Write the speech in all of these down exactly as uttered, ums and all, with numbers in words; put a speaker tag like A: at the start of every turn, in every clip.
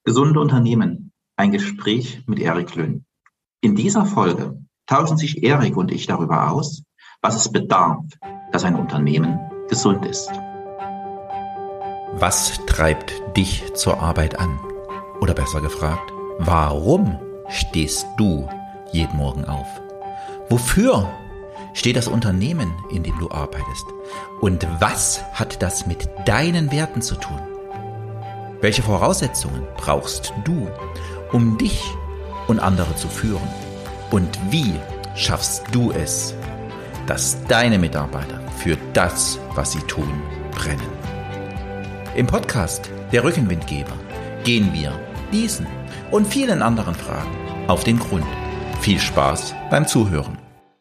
A: Gesunde Unternehmen. Ein Gespräch mit Erik Lönn. In dieser Folge tauschen sich Erik und ich darüber aus, was es bedarf, dass ein Unternehmen gesund ist.
B: Was treibt dich zur Arbeit an? Oder besser gefragt, warum stehst du jeden Morgen auf? Wofür steht das Unternehmen, in dem du arbeitest? Und was hat das mit deinen Werten zu tun? Welche Voraussetzungen brauchst du, um dich und andere zu führen? Und wie schaffst du es, dass deine Mitarbeiter für das, was sie tun, brennen? Im Podcast Der Rückenwindgeber gehen wir diesen und vielen anderen Fragen auf den Grund. Viel Spaß beim Zuhören.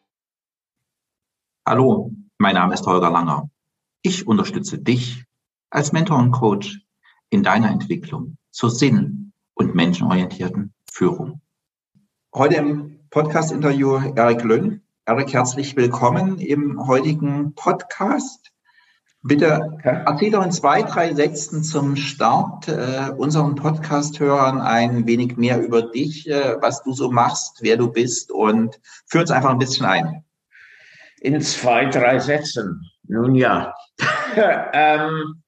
A: Hallo, mein Name ist Holger Langer. Ich unterstütze dich als Mentor und Coach in deiner Entwicklung zur sinn- und menschenorientierten Führung. Heute im Podcast-Interview Erik Lönn. Erik, herzlich willkommen im heutigen Podcast. Bitte erzähl doch in zwei, drei Sätzen zum Start äh, unseren Podcast-Hörern ein wenig mehr über dich, äh, was du so machst, wer du bist, und führ uns einfach ein bisschen ein.
C: In zwei, drei Sätzen. Nun ja. ähm,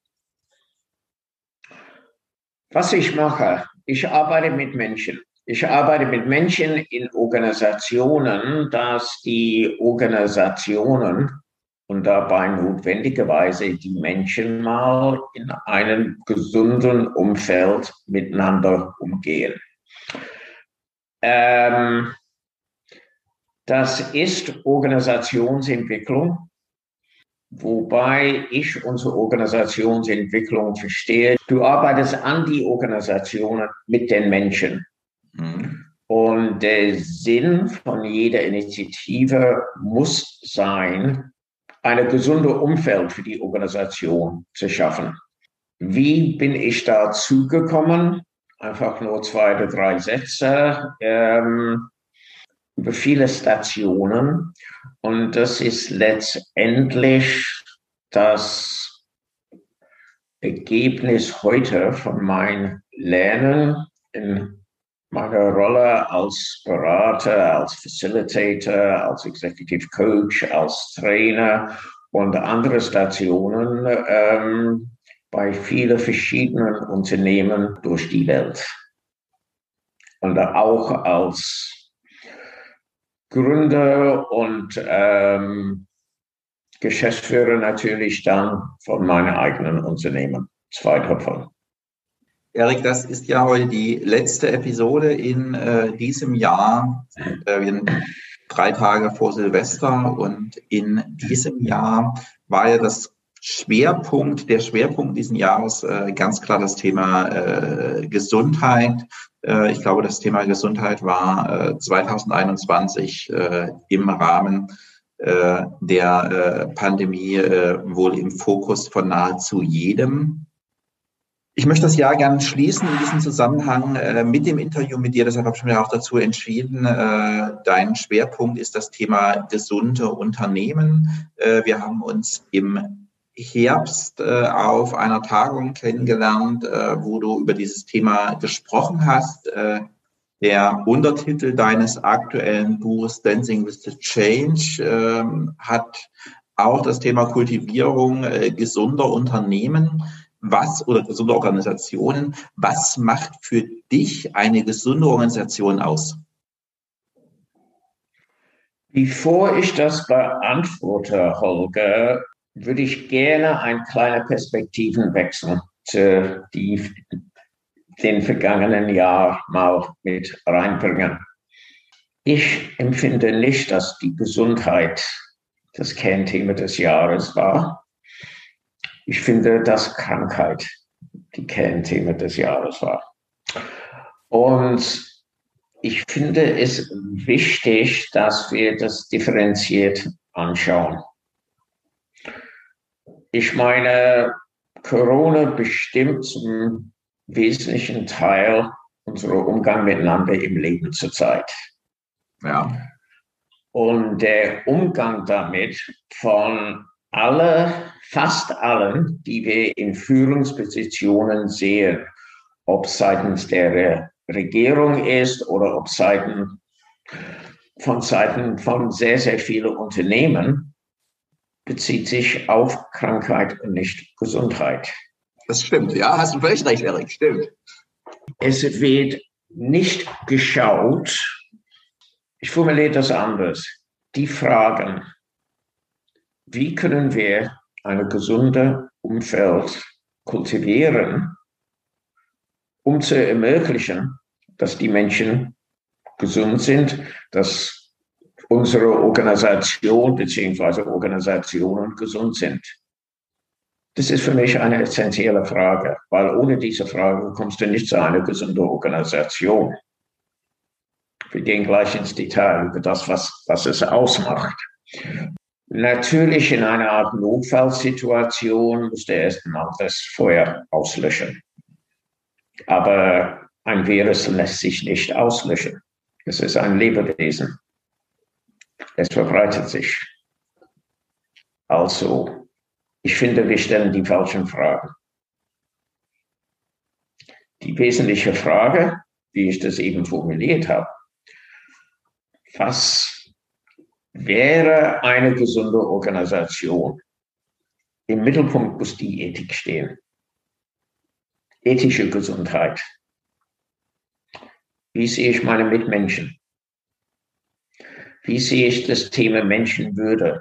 C: was ich mache, ich arbeite mit Menschen. Ich arbeite mit Menschen in Organisationen, dass die Organisationen und dabei notwendigerweise die Menschen mal in einem gesunden Umfeld miteinander umgehen. Ähm, das ist Organisationsentwicklung, wobei ich unsere Organisationsentwicklung verstehe. Du arbeitest an die Organisationen mit den Menschen. Mhm. Und der Sinn von jeder Initiative muss sein, ein gesundes Umfeld für die Organisation zu schaffen. Wie bin ich dazu gekommen? Einfach nur zwei oder drei Sätze. Ähm, über viele Stationen. Und das ist letztendlich das Ergebnis heute von meinem Lernen in meiner Rolle als Berater, als Facilitator, als Executive Coach, als Trainer und andere Stationen ähm, bei vielen verschiedenen Unternehmen durch die Welt. Und auch als Gründer und ähm, Geschäftsführer natürlich dann von meinem eigenen Unternehmen. Zwei davon.
A: Erik, das ist ja heute die letzte Episode in äh, diesem Jahr. Äh, wir sind drei Tage vor Silvester und in diesem Jahr war ja das Schwerpunkt, der Schwerpunkt diesen Jahres äh, ganz klar das Thema äh, Gesundheit. Äh, ich glaube, das Thema Gesundheit war äh, zwanzig einundzwanzig äh, im Rahmen äh, der äh, Pandemie äh, wohl im Fokus von nahezu jedem. Ich möchte das Jahr gerne schließen in diesem Zusammenhang äh, mit dem Interview mit dir. Deshalb habe ich mich auch dazu entschieden. Äh, dein Schwerpunkt ist das Thema gesunde Unternehmen. Äh, wir haben uns im Herbst äh, auf einer Tagung kennengelernt, äh, wo du über dieses Thema gesprochen hast. Äh, der Untertitel deines aktuellen Buches Dancing with the Change äh, hat auch das Thema Kultivierung äh, gesunder Unternehmen. Was oder gesunde Organisationen, was macht für dich eine gesunde Organisation aus?
C: Bevor ich das beantworte, Holger, würde ich gerne einen kleinen Perspektivenwechsel zu die, den vergangenen Jahr mal mit reinbringen. Ich empfinde nicht, dass die Gesundheit das Kernthema des Jahres war. Ich finde, dass Krankheit die Kernthema des Jahres war. Und ich finde es wichtig, dass wir das differenziert anschauen. Ich meine, Corona bestimmt zum wesentlichen Teil unseren Umgang miteinander im Leben zurzeit.
A: Ja.
C: Und der Umgang damit von alle, fast allen, die wir in Führungspositionen sehen, ob es seitens der Regierung ist oder ob es Seiten, von Seiten von sehr, sehr vielen Unternehmen, bezieht sich auf Krankheit und nicht Gesundheit.
A: Das stimmt, ja, hast du völlig recht, Erik, stimmt.
C: Es wird nicht geschaut, ich formuliere das anders, die Fragen, wie können wir ein gesundes Umfeld kultivieren, um zu ermöglichen, dass die Menschen gesund sind, dass unsere Organisation bzw. Organisationen gesund sind. Das ist für mich eine essentielle Frage, weil ohne diese Frage kommst du nicht zu einer gesunden Organisation. Wir gehen gleich ins Detail über das, was, was es ausmacht. Natürlich in einer Art Notfallsituation musst du erst einmal das Feuer auslöschen. Aber ein Virus lässt sich nicht auslöschen. Es ist ein Lebewesen. Es verbreitet sich. Also, ich finde, wir stellen die falschen Fragen. Die wesentliche Frage, wie ich das eben formuliert habe, was wäre eine gesunde Organisation? Im Mittelpunkt muss die Ethik stehen. Ethische Gesundheit. Wie sehe ich meine Mitmenschen? Wie sehe ich das Thema Menschenwürde?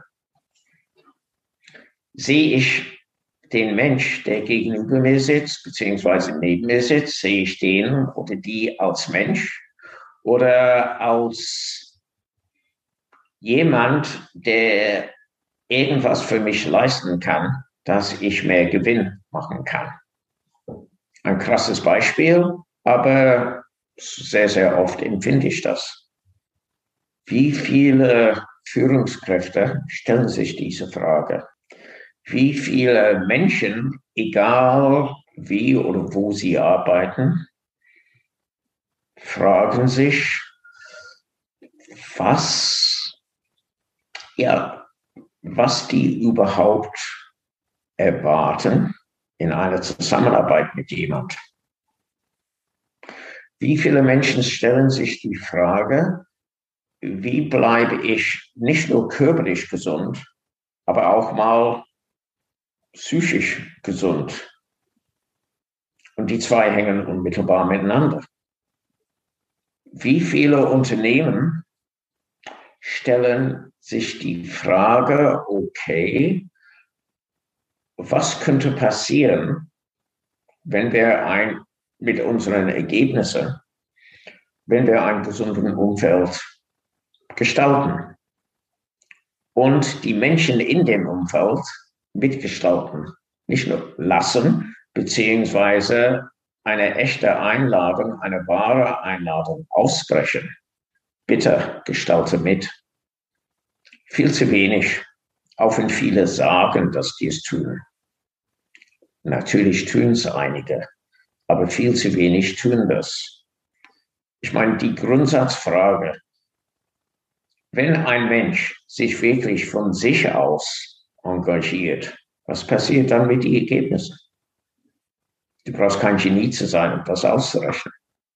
C: Sehe ich den Mensch, der gegenüber mir sitzt, beziehungsweise neben mir sitzt, sehe ich den oder die als Mensch oder als jemand, der irgendwas für mich leisten kann, dass ich mehr Gewinn machen kann? Ein krasses Beispiel, aber sehr, sehr oft empfinde ich das. Wie viele Führungskräfte stellen sich diese Frage? Wie viele Menschen, egal wie oder wo sie arbeiten, fragen sich, was, ja, was die überhaupt erwarten in einer Zusammenarbeit mit jemandem. Wie viele Menschen stellen sich die Frage, wie bleibe ich nicht nur körperlich gesund, aber auch mal psychisch gesund? Und die zwei hängen unmittelbar miteinander. Wie viele Unternehmen stellen sich die Frage, okay, was könnte passieren, wenn wir ein, mit unseren Ergebnissen, wenn wir ein gesundes Umfeld gestalten und die Menschen in dem Umfeld mitgestalten, nicht nur lassen, beziehungsweise eine echte Einladung, eine wahre Einladung aussprechen. Bitte gestalte mit. Viel zu wenig, auch wenn viele sagen, dass die es tun. Natürlich tun es einige, aber viel zu wenig tun das. Ich meine, die Grundsatzfrage, wenn ein Mensch sich wirklich von sich aus engagiert, was passiert dann mit den Ergebnissen? Du brauchst kein Genie zu sein, um das auszurechnen.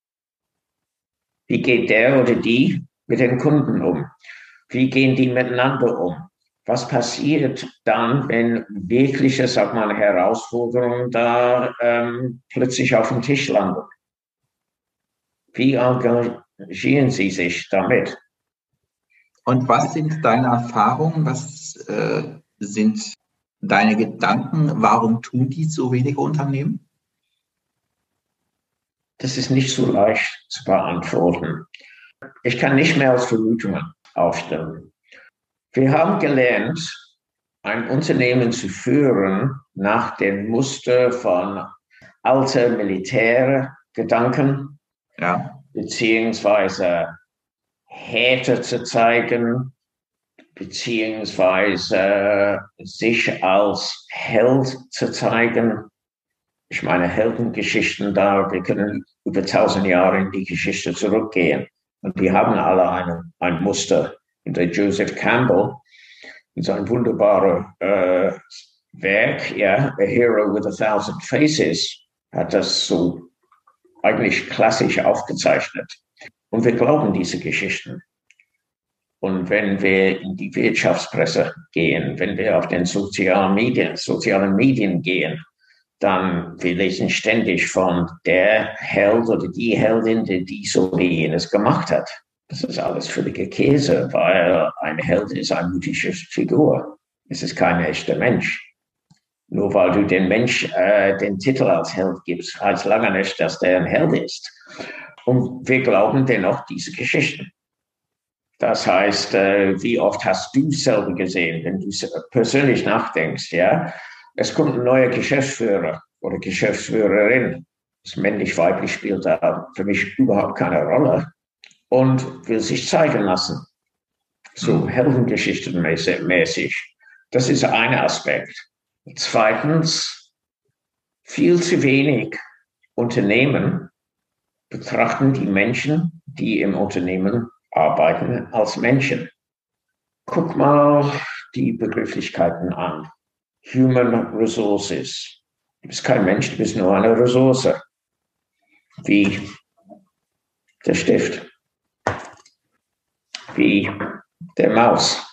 C: Wie geht der oder die mit den Kunden um? Wie gehen die miteinander um? Was passiert dann, wenn wirkliche, sag mal, Herausforderungen da ähm, plötzlich auf dem Tisch landen? Wie engagieren Sie sich damit?
A: Und was sind deine Erfahrungen? Was äh, sind deine Gedanken? Warum tun die so wenige Unternehmen?
C: Das ist nicht so leicht zu beantworten. Ich kann nicht mehr als Vermutungen aufstellen. Wir haben gelernt, ein Unternehmen zu führen nach dem Muster von alten Militärgedanken,
A: ja.
C: beziehungsweise Härte zu zeigen, beziehungsweise sich als Held zu zeigen. Ich meine, Heldengeschichten da, wir können über tausend Jahre in die Geschichte zurückgehen. Und die haben alle eine, ein Muster. Und der Joseph Campbell, in seinem wunderbaren äh, Werk, ja, A Hero with a Thousand Faces, hat das so eigentlich klassisch aufgezeichnet. Und wir glauben diese Geschichten. Und wenn wir in die Wirtschaftspresse gehen, wenn wir auf den sozialen Medien, sozialen Medien gehen, dann wir lesen ständig von der Held oder die Heldin, die dies oder jenes gemacht hat. Das ist alles völliger Käse, weil ein Held ist eine mythische Figur. Es ist kein echter Mensch. Nur weil du den Mensch äh, den Titel als Held gibst, heißt lange nicht, dass der ein Held ist. Und wir glauben dennoch diese Geschichten. Das heißt, äh, wie oft hast du selber gesehen, wenn du persönlich nachdenkst, ja, es kommt ein neuer Geschäftsführer oder Geschäftsführerin, das männlich-weiblich spielt da für mich überhaupt keine Rolle und will sich zeigen lassen. So heldengeschichtenmäßig. Das ist ein Aspekt. Zweitens, viel zu wenig Unternehmen betrachten die Menschen, die im Unternehmen arbeiten, als Menschen. Guck mal die Begrifflichkeiten an. Human Resources. Du bist kein Mensch, du bist nur eine Ressource. Wie der Stift. Wie der Maus.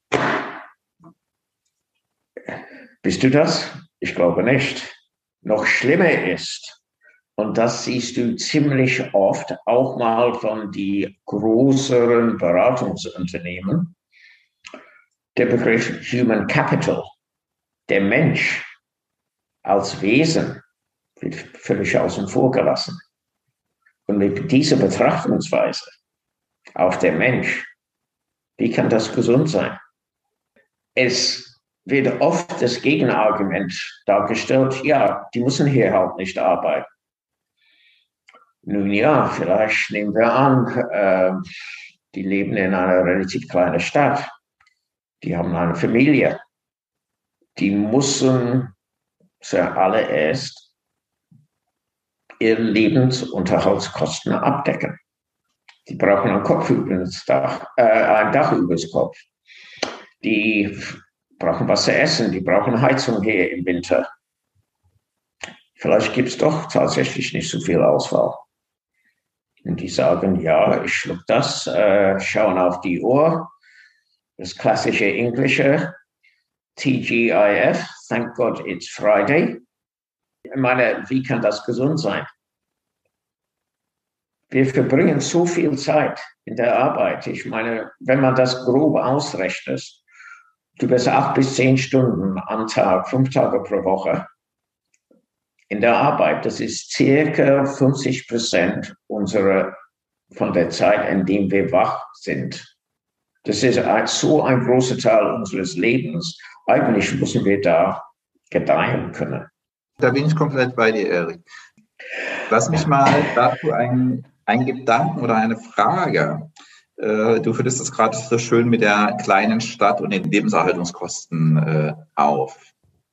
C: Bist du das? Ich glaube nicht. Noch schlimmer ist, und das siehst du ziemlich oft, auch mal von den größeren Beratungsunternehmen, der Begriff Human Capital. Der Mensch als Wesen wird völlig außen vor gelassen. Und mit dieser Betrachtungsweise auf den Mensch, wie kann das gesund sein? Es wird oft das Gegenargument dargestellt, ja, die müssen hier halt nicht arbeiten. Nun ja, vielleicht nehmen wir an, äh, die leben in einer relativ kleinen Stadt. Die haben eine Familie. Die müssen zuallererst ihre Lebensunterhaltskosten abdecken. Die brauchen ein Kopf über das Dach, äh, ein Dach über das Kopf. Die brauchen was zu essen, die brauchen Heizung hier im Winter. Vielleicht gibt es doch tatsächlich nicht so viel Auswahl. Und die sagen, ja, ich schluck das, äh, schauen auf die Uhr, das klassische Englische, T G I F, thank God it's Friday. Ich meine, wie kann das gesund sein? Wir verbringen so viel Zeit in der Arbeit. Ich meine, wenn man das grob ausrechnet, du bist acht bis zehn Stunden am Tag, fünf Tage pro Woche in der Arbeit. Das ist circa fünfzig Prozent unserer, von der Zeit, in der wir wach sind. Das ist so ein großer Teil unseres Lebens. Eigentlich müssen wir da gedeihen können.
A: Da bin ich komplett bei dir, Erik. Lass mich mal dazu einen, einen Gedanken oder eine Frage. Du führtest das gerade so schön mit der kleinen Stadt und den Lebenserhaltungskosten auf.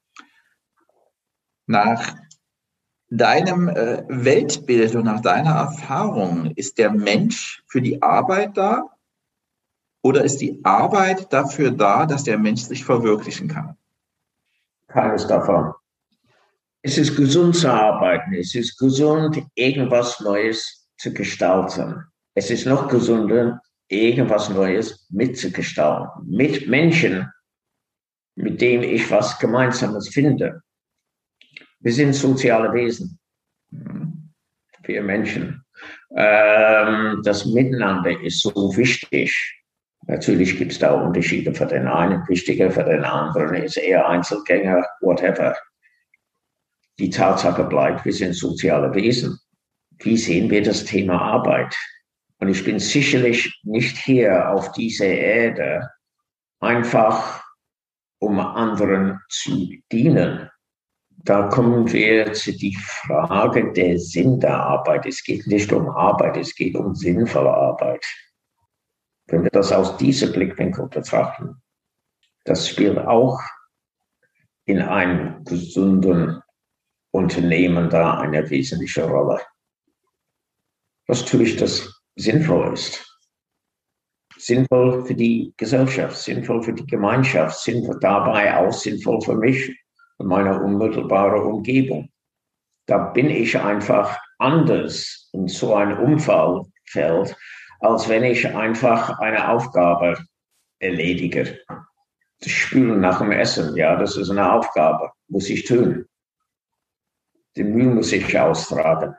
A: Nach deinem Weltbild und nach deiner Erfahrung, ist der Mensch für die Arbeit da? Oder ist die Arbeit dafür da, dass der Mensch sich verwirklichen kann?
C: Keines davon. Es ist gesund zu arbeiten. Es ist gesund, irgendwas Neues zu gestalten. Es ist noch gesunder, irgendwas Neues mitzugestalten. Mit Menschen, mit denen ich was Gemeinsames finde. Wir sind soziale Wesen. Wir Menschen. Ähm, das Miteinander ist so wichtig. Natürlich gibt es da Unterschiede für den einen, wichtiger für den anderen, ist eher Einzelgänger, whatever. Die Tatsache bleibt, wir sind soziale Wesen. Wie sehen wir das Thema Arbeit? Und ich bin sicherlich nicht hier auf dieser Erde, einfach um anderen zu dienen. Da kommen wir zu der Frage der Sinn der Arbeit. Es geht nicht um Arbeit, es geht um sinnvolle Arbeit. Wenn wir das aus diesem Blickwinkel betrachten, das spielt auch in einem gesunden Unternehmen da eine wesentliche Rolle. Was tue ich, das sinnvoll ist? Sinnvoll für die Gesellschaft, sinnvoll für die Gemeinschaft, sinnvoll dabei auch sinnvoll für mich und meine unmittelbare Umgebung. Da bin ich einfach anders in so ein Umfeld, als wenn ich einfach eine Aufgabe erledige. Das Spülen nach dem Essen, ja, das ist eine Aufgabe, muss ich tun. Den Müll muss ich austragen.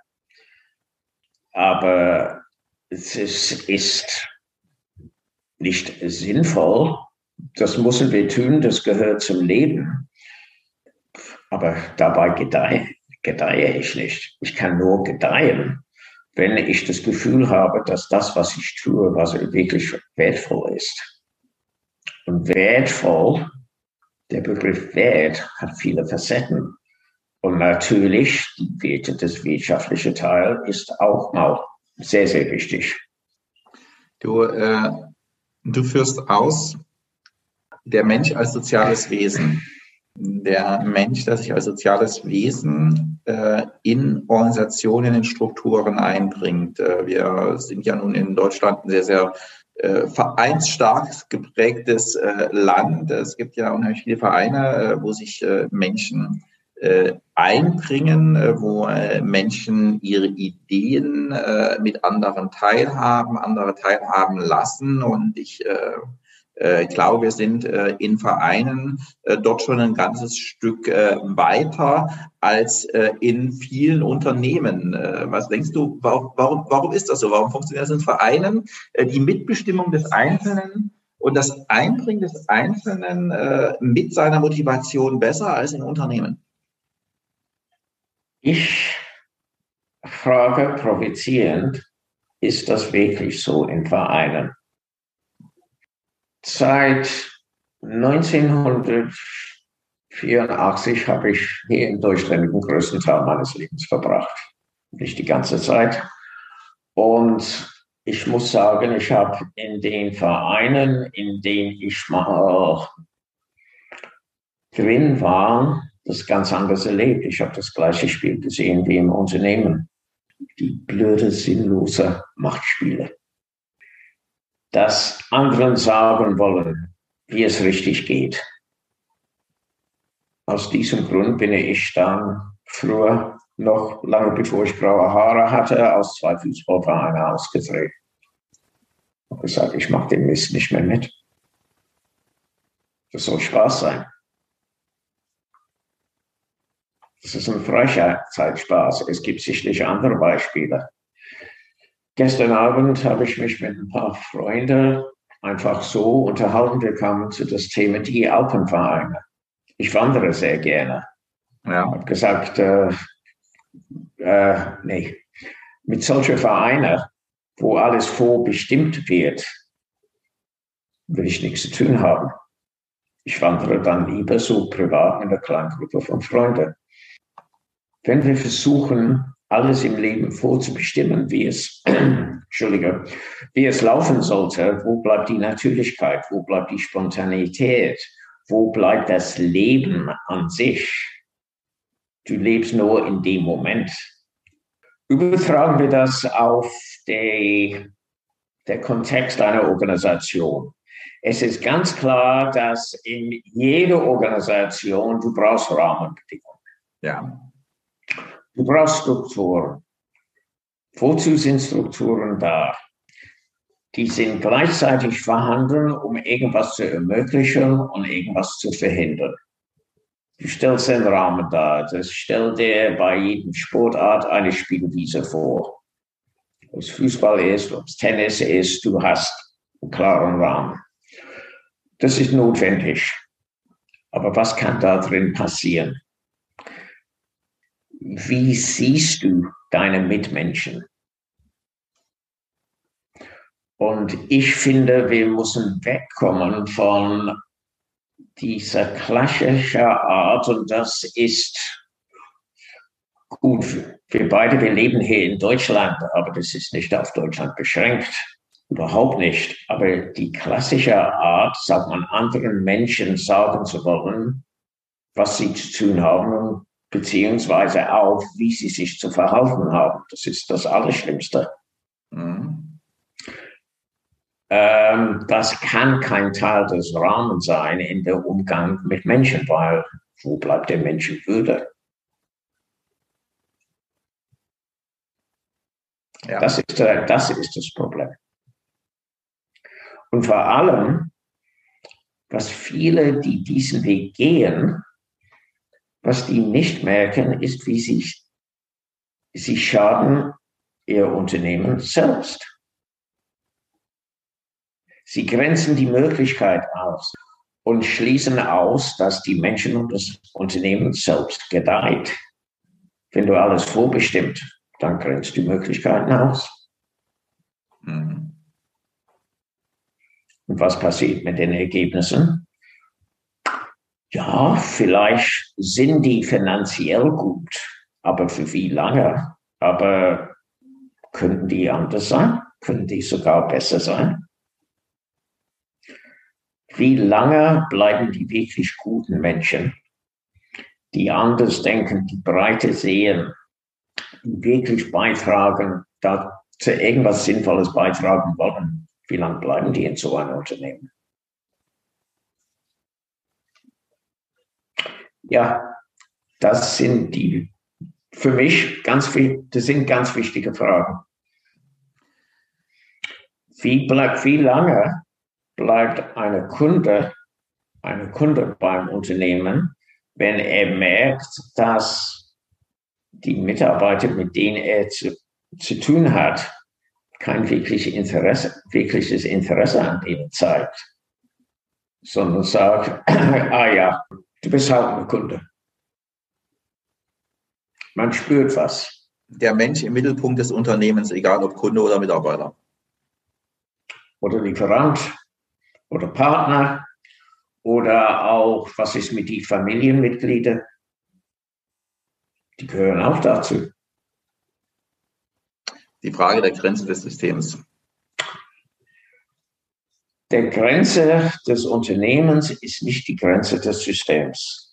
C: Aber es ist, ist nicht sinnvoll. Das müssen wir tun, das gehört zum Leben. Aber dabei gedeihe, gedeihe ich nicht. Ich kann nur gedeihen, wenn ich das Gefühl habe, dass das, was ich tue, was wirklich wertvoll ist. Und wertvoll, der Begriff Wert hat viele Facetten. Und natürlich, die, das wirtschaftliche Teil ist auch mal sehr, sehr wichtig.
A: Du, äh, du führst aus, der Mensch als soziales Wesen. Der Mensch, der sich als soziales Wesen äh, in Organisationen, in Strukturen einbringt. Äh, wir sind ja nun in Deutschland ein sehr, sehr äh, vereinsstark geprägtes äh, Land. Es gibt ja unheimlich viele Vereine, äh, wo sich äh, Menschen äh, einbringen, äh, wo äh, Menschen ihre Ideen äh, mit anderen teilhaben, andere teilhaben lassen. Und ich äh, Ich glaube, wir sind äh, in Vereinen äh, dort schon ein ganzes Stück äh, weiter als äh, in vielen Unternehmen. Äh, was denkst du, warum, warum, warum ist das so? Warum funktioniert das in Vereinen? Äh, die Mitbestimmung des Einzelnen und das Einbringen des Einzelnen äh, mit seiner Motivation besser als in Unternehmen?
C: Ich frage provozierend, ist das wirklich so in Vereinen? Seit neunzehnhundertvierundachtzig habe ich hier in Deutschland den größten Teil meines Lebens verbracht. Nicht die ganze Zeit. Und ich muss sagen, ich habe in den Vereinen, in denen ich mal drin war, das ganz anders erlebt. Ich habe das gleiche Spiel gesehen wie im Unternehmen. Die blöde, sinnlose Machtspiele. Das anderen sagen wollen, wie es richtig geht. Aus diesem Grund bin ich dann früher, noch lange bevor ich graue Haare hatte, aus zwei Fußballvereinen ausgetreten. Ich habe gesagt, ich mache den Mist nicht mehr mit. Das soll Spaß sein. Das ist ein Freizeitspaß. Es gibt sicherlich andere Beispiele. Gestern Abend habe ich mich mit ein paar Freunden einfach so unterhalten. Wir kamen zu das Thema die Alpenvereine. Ich wandere sehr gerne. Ja. Ich habe gesagt, äh, äh, nee, mit solchen Vereinen, wo alles vorbestimmt wird, will ich nichts zu tun haben. Ich wandere dann lieber so privat mit einer kleinen Gruppe von Freunden. Wenn wir versuchen, alles im Leben vorzubestimmen, wie es, Entschuldige, wie es laufen sollte, wo bleibt die Natürlichkeit, wo bleibt die Spontanität, wo bleibt das Leben an sich? Du lebst nur in dem Moment. Übertragen wir das auf die, den Kontext einer Organisation. Es ist ganz klar, dass in jeder Organisation du brauchst Rahmenbedingungen.
A: Ja.
C: Du brauchst Strukturen. Wozu sind Strukturen da? Die sind gleichzeitig vorhanden, um irgendwas zu ermöglichen und irgendwas zu verhindern. Du stellst den Rahmen dar. Das stellt dir bei jedem Sportart eine Spielwiese vor. Ob es Fußball ist, ob es Tennis ist, du hast einen klaren Rahmen. Das ist notwendig. Aber was kann da drin passieren? Wie siehst du deine Mitmenschen? Und ich finde, wir müssen wegkommen von dieser klassischen Art, und das ist gut. Wir beide, wir leben hier in Deutschland, aber das ist nicht auf Deutschland beschränkt. Überhaupt nicht. Aber die klassische Art, sagt man, anderen Menschen sagen zu wollen, was sie zu tun haben, beziehungsweise auch, wie sie sich zu verhalten haben. Das ist das Allerschlimmste. Mhm. Ähm, das kann kein Teil des Rahmens sein in der Umgang mit Menschen, weil wo bleibt der Menschenwürde? Ja. Das ist, das ist das Problem. Und vor allem, was viele, die diesen Weg gehen, was die nicht merken, ist, wie sie, sie schaden ihr Unternehmen selbst. Sie grenzen die Möglichkeit aus und schließen aus, dass die Menschen und das Unternehmen selbst gedeiht. Wenn du alles vorbestimmt, dann grenzt die Möglichkeiten aus.
A: Mhm.
C: Und was passiert mit den Ergebnissen? Ja, vielleicht sind die finanziell gut, aber für wie lange? Aber könnten die anders sein? Könnten die sogar besser sein? Wie lange bleiben die wirklich guten Menschen, die anders denken, die Breite sehen, die wirklich beitragen, da zu irgendwas Sinnvolles beitragen wollen? Wie lange bleiben die in so einem Unternehmen? Ja, das sind die, für mich ganz, das sind ganz wichtige Fragen. Wie, bleibt, wie lange bleibt eine Kunde, eine Kunde beim Unternehmen, wenn er merkt, dass die Mitarbeiter, mit denen er zu, zu tun hat, kein wirkliches Interesse, wirkliches Interesse an denen zeigt, sondern sagt, ah ja, du bist halt ein Kunde. Man spürt was.
A: Der Mensch im Mittelpunkt des Unternehmens, egal ob Kunde oder Mitarbeiter.
C: Oder Lieferant oder Partner oder auch, was ist mit den Familienmitgliedern? Die gehören auch dazu.
A: Die Frage der Grenze des Systems.
C: Die Grenze des Unternehmens ist nicht die Grenze des Systems.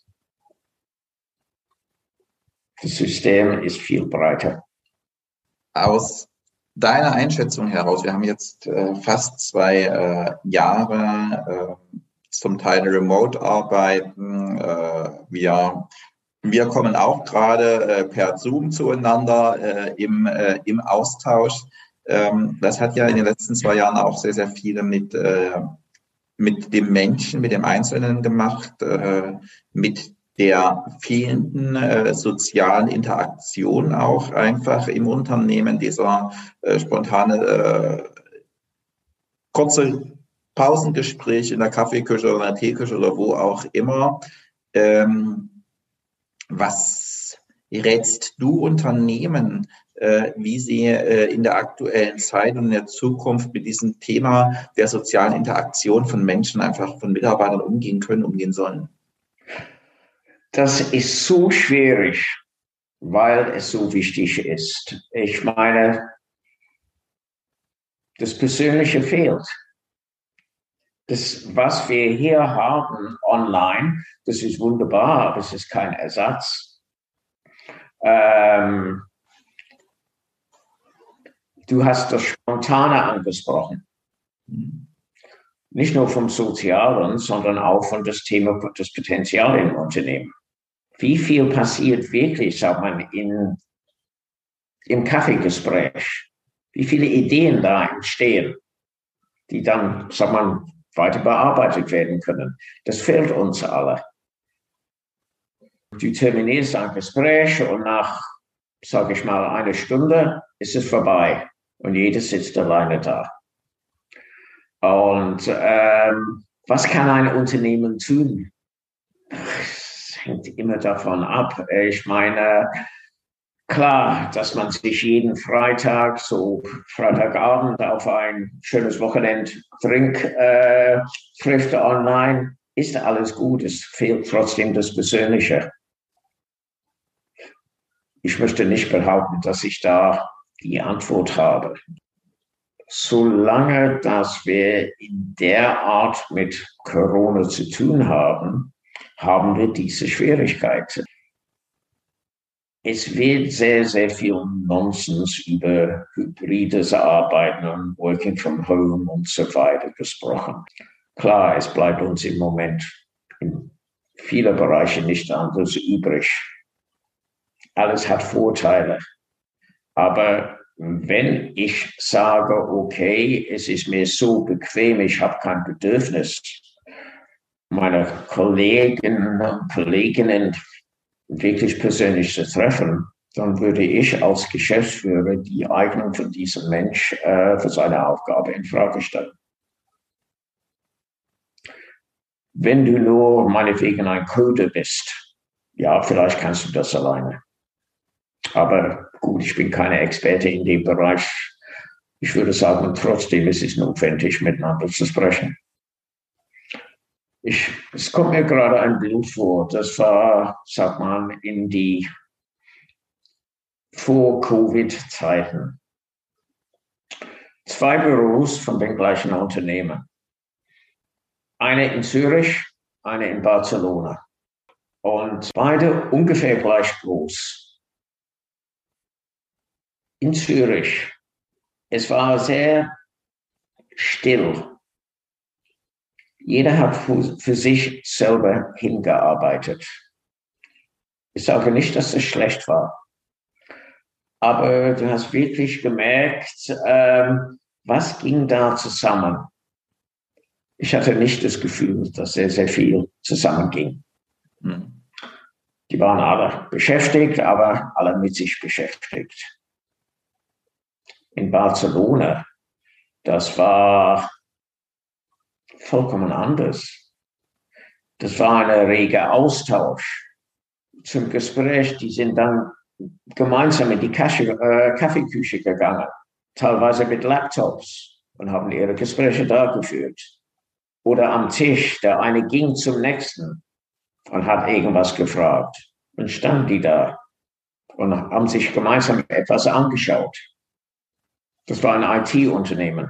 C: Das System ist viel breiter.
A: Aus deiner Einschätzung heraus, wir haben jetzt äh, fast zwei äh, Jahre äh, zum Teil remote arbeiten. Äh, wir, wir kommen auch gerade äh, per Zoom zueinander äh, im, äh, im Austausch. Ähm, das hat ja in den letzten zwei Jahren auch sehr, sehr viel mit, äh, mit dem Menschen, mit dem Einzelnen gemacht, äh, mit der fehlenden äh, sozialen Interaktion auch einfach im Unternehmen, dieser äh, spontane, äh, kurze Pausengespräch in der Kaffeeküche oder in der Teeküche oder wo auch immer. Ähm, was rätst du Unternehmen, äh, wie sie äh, in der aktuellen Zeit und in der Zukunft mit diesem Thema der sozialen Interaktion von Menschen, einfach von Mitarbeitern umgehen können, umgehen sollen?
C: Das ist so schwierig, weil es so wichtig ist. Ich meine, das Persönliche fehlt. Das, was wir hier haben online, das ist wunderbar, aber es ist kein Ersatz. Ähm, du hast das Spontane angesprochen. Nicht nur vom Sozialen, sondern auch von das Thema das Potenzial im Unternehmen. Wie viel passiert wirklich, sagt man, in, im Kaffeegespräch? Wie viele Ideen da entstehen, die dann, sagt man, weiter bearbeitet werden können? Das fehlt uns alle. Du terminierst ein Gespräch und nach, sage ich mal, einer Stunde ist es vorbei und jeder sitzt alleine da. Und ähm, was kann ein Unternehmen tun? Es hängt immer davon ab. Ich meine, klar, dass man sich jeden Freitag, so Freitagabend auf ein schönes Wochenend trink, äh, trifft online, ist alles gut. Es fehlt trotzdem das Persönliche. Ich möchte nicht behaupten, dass ich da die Antwort habe. Solange, dass wir in der Art mit Corona zu tun haben, haben wir diese Schwierigkeiten. Es wird sehr, sehr viel Nonsens über hybrides Arbeiten und Working from Home und so weiter gesprochen. Klar, es bleibt uns im Moment in vielen Bereichen nicht anders übrig. Alles hat Vorteile. Aber wenn ich sage, okay, es ist mir so bequem, ich habe kein Bedürfnis, meine Kolleginnen und Kolleginnen wirklich persönlich zu treffen, dann würde ich als Geschäftsführer die Eignung von diesem Mensch äh, für seine Aufgabe in Frage stellen. Wenn du nur meinetwegen ein Coder bist, ja, vielleicht kannst du das alleine. Aber gut, ich bin keine Experte in dem Bereich. Ich würde sagen, trotzdem ist es notwendig, miteinander zu sprechen. Ich, es kommt mir gerade ein Bild vor, das war, sagt man, in die Vor-Covid-Zeiten. Zwei Büros von den gleichen Unternehmen. Eine in Zürich, eine in Barcelona. Und beide ungefähr gleich groß. In Zürich, es war sehr still. Jeder hat für, für sich selber hingearbeitet. Ich sage nicht, dass es schlecht war. Aber du hast wirklich gemerkt, ähm, was ging da zusammen? Ich hatte nicht das Gefühl, dass sehr, sehr viel zusammenging. Hm. Die waren alle beschäftigt, aber alle mit sich beschäftigt. In Barcelona, das war vollkommen anders. Das war ein reger Austausch zum Gespräch. Die sind dann gemeinsam in die Kaffee, äh, Kaffeeküche gegangen, teilweise mit Laptops und haben ihre Gespräche da geführt. Oder am Tisch, der eine ging zum nächsten und hat irgendwas gefragt. Und standen die da und haben sich gemeinsam etwas angeschaut. Das war ein I T-Unternehmen,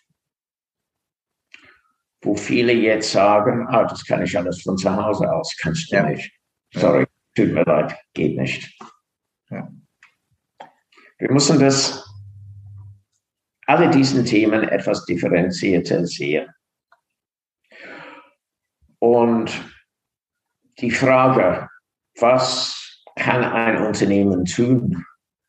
C: wo viele jetzt sagen, ah, das kann ich alles von zu Hause aus, kannst du ja nicht. Sorry, tut mir leid, geht nicht. Ja. Wir müssen das, alle diesen Themen etwas differenzierter sehen. Und die Frage, was kann ein Unternehmen tun?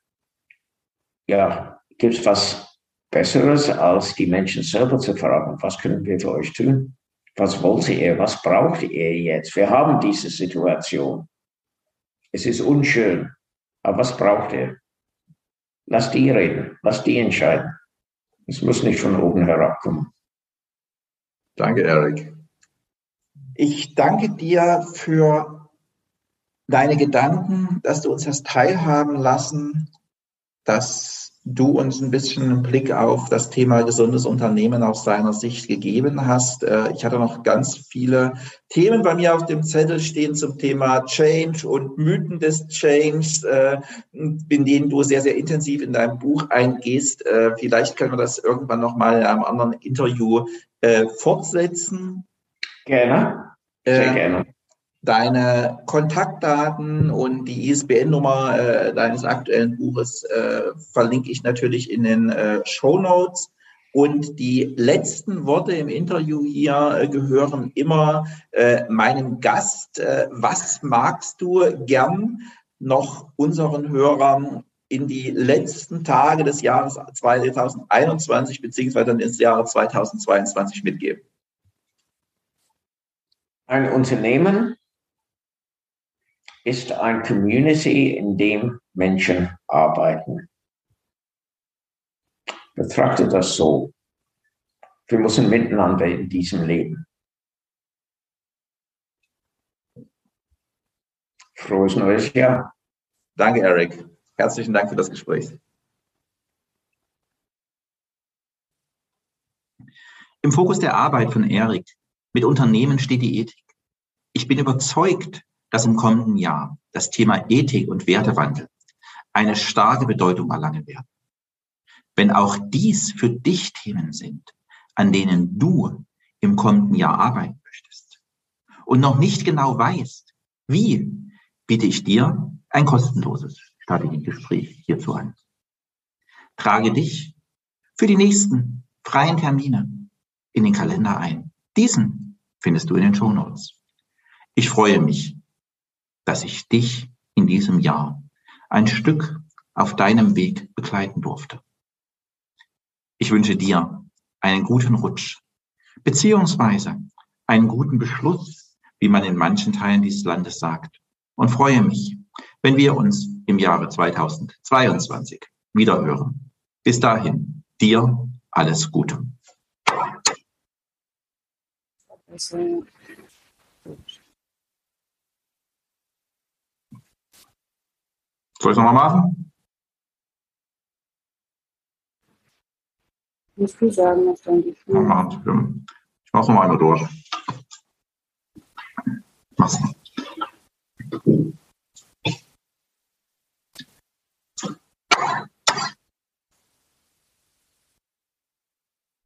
C: Ja, gibt es was Besseres, als die Menschen selber zu fragen, was können wir für euch tun? Was wollt ihr? Was braucht ihr jetzt? Wir haben diese Situation. Es ist unschön, aber was braucht ihr? Lass die reden, lass die entscheiden. Es muss nicht von oben herabkommen.
A: Danke, Eric. Ich danke dir für deine Gedanken, dass du uns das teilhaben lassen, dass du uns ein bisschen einen Blick auf das Thema gesundes Unternehmen aus deiner Sicht gegeben hast. Ich hatte noch ganz viele Themen bei mir auf dem Zettel stehen zum Thema Change und Mythen des Change, in denen du sehr, sehr intensiv in deinem Buch eingehst. Vielleicht können wir das irgendwann nochmal in einem anderen Interview fortsetzen.
C: Gerne. Sehr gerne.
A: Deine Kontaktdaten und die I S B N-Nummer äh, deines aktuellen Buches äh, verlinke ich natürlich in den äh, Shownotes. Und die letzten Worte im Interview hier äh, gehören immer äh, meinem Gast. Äh, was magst du gern noch unseren Hörern in die letzten Tage des Jahres zwanzig einundzwanzig beziehungsweise dann ins Jahre zweitausendzweiundzwanzig mitgeben?
C: Ein Unternehmen ist eine Community, in dem Menschen arbeiten. Betrachte das so. Wir müssen miteinander in diesem Leben. Frohes neues Jahr.
A: Danke, Eric. Herzlichen Dank für das Gespräch. Im Fokus der Arbeit von Eric mit Unternehmen steht die Ethik. Ich bin überzeugt, dass im kommenden Jahr das Thema Ethik und Wertewandel eine starke Bedeutung erlangen werden. Wenn auch dies für dich Themen sind, an denen du im kommenden Jahr arbeiten möchtest und noch nicht genau weißt, wie, biete ich dir ein kostenloses Strategiegespräch hierzu an. Trage dich für die nächsten freien Termine in den Kalender ein. Diesen findest du in den Shownotes. Ich freue mich, dass ich dich in diesem Jahr ein Stück auf deinem Weg begleiten durfte. Ich wünsche dir einen guten Rutsch, beziehungsweise einen guten Beschluss, wie man in manchen Teilen dieses Landes sagt, und freue mich, wenn wir uns im Jahre zweitausendzweiundzwanzig wiederhören. Bis dahin, dir alles Gute.
D: Also,
A: Soll ich es nochmal machen?
D: musst du sagen, was dann die
A: Ja, machen. Ich mache es nochmal einmal durch.